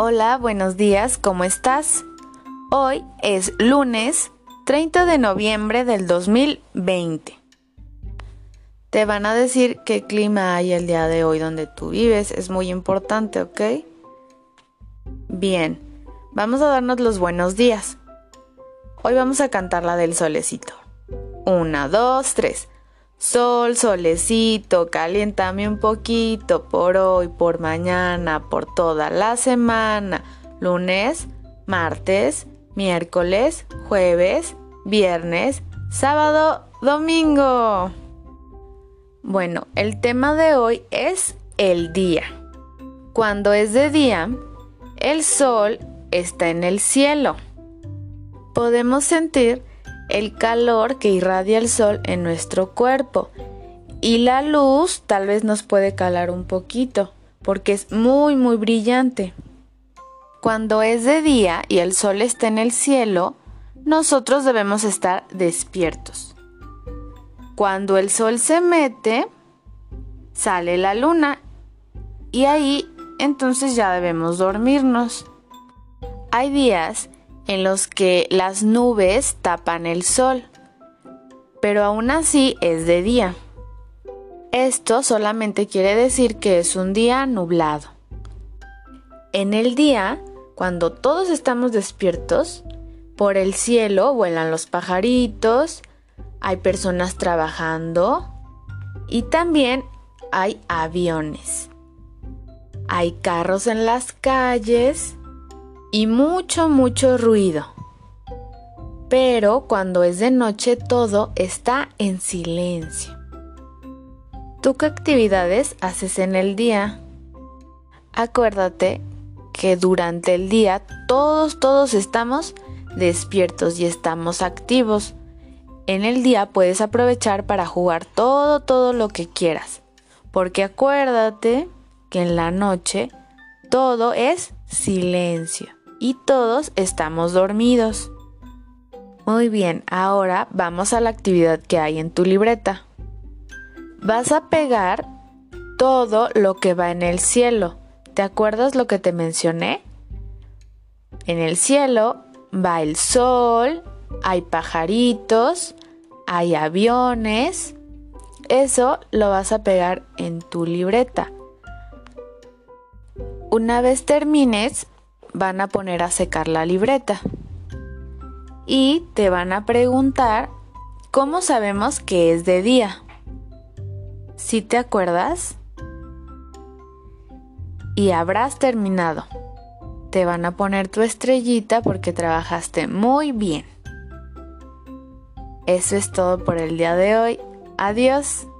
Hola, buenos días, ¿cómo estás? Hoy es lunes 30 de noviembre del 2020. Te van a decir qué clima hay el día de hoy donde tú vives, es muy importante, ¿ok? Bien, vamos a darnos los buenos días. Hoy vamos a cantar la del solecito. 1, 2, 3. Sol, solecito, caliéntame un poquito por hoy, por mañana, por toda la semana. Lunes, martes, miércoles, jueves, viernes, sábado, domingo. Bueno, el tema de hoy es el día. Cuando es de día, el sol está en el cielo. Podemos sentir el calor que irradia el sol en nuestro cuerpo y la luz tal vez nos puede calar un poquito porque es muy brillante. Cuando es de día y el sol está en el cielo, nosotros debemos estar despiertos. Cuando el sol se mete, sale la luna y ahí entonces ya debemos dormirnos. Hay días en los que las nubes tapan el sol, pero aún así es de día. Esto solamente quiere decir que es un día nublado. En el día, cuando todos estamos despiertos, por el cielo vuelan los pajaritos, hay personas trabajando y también hay aviones. Hay carros en las calles y mucho ruido. Pero cuando es de noche todo está en silencio. ¿Tú qué actividades haces en el día? Acuérdate que durante el día todos estamos despiertos y estamos activos. En el día puedes aprovechar para jugar todo lo que quieras. Porque acuérdate que en la noche todo es silencio. Y todos estamos dormidos. Muy bien, ahora vamos a la actividad que hay en tu libreta. Vas a pegar todo lo que va en el cielo. ¿Te acuerdas lo que te mencioné? En el cielo va el sol, hay pajaritos, hay aviones. Eso lo vas a pegar en tu libreta. Una vez termines, van a poner a secar la libreta y te van a preguntar ¿cómo sabemos que es de día? ¿Sí te acuerdas? Y habrás terminado. Te van a poner tu estrellita porque trabajaste muy bien. Eso es todo por el día de hoy. Adiós.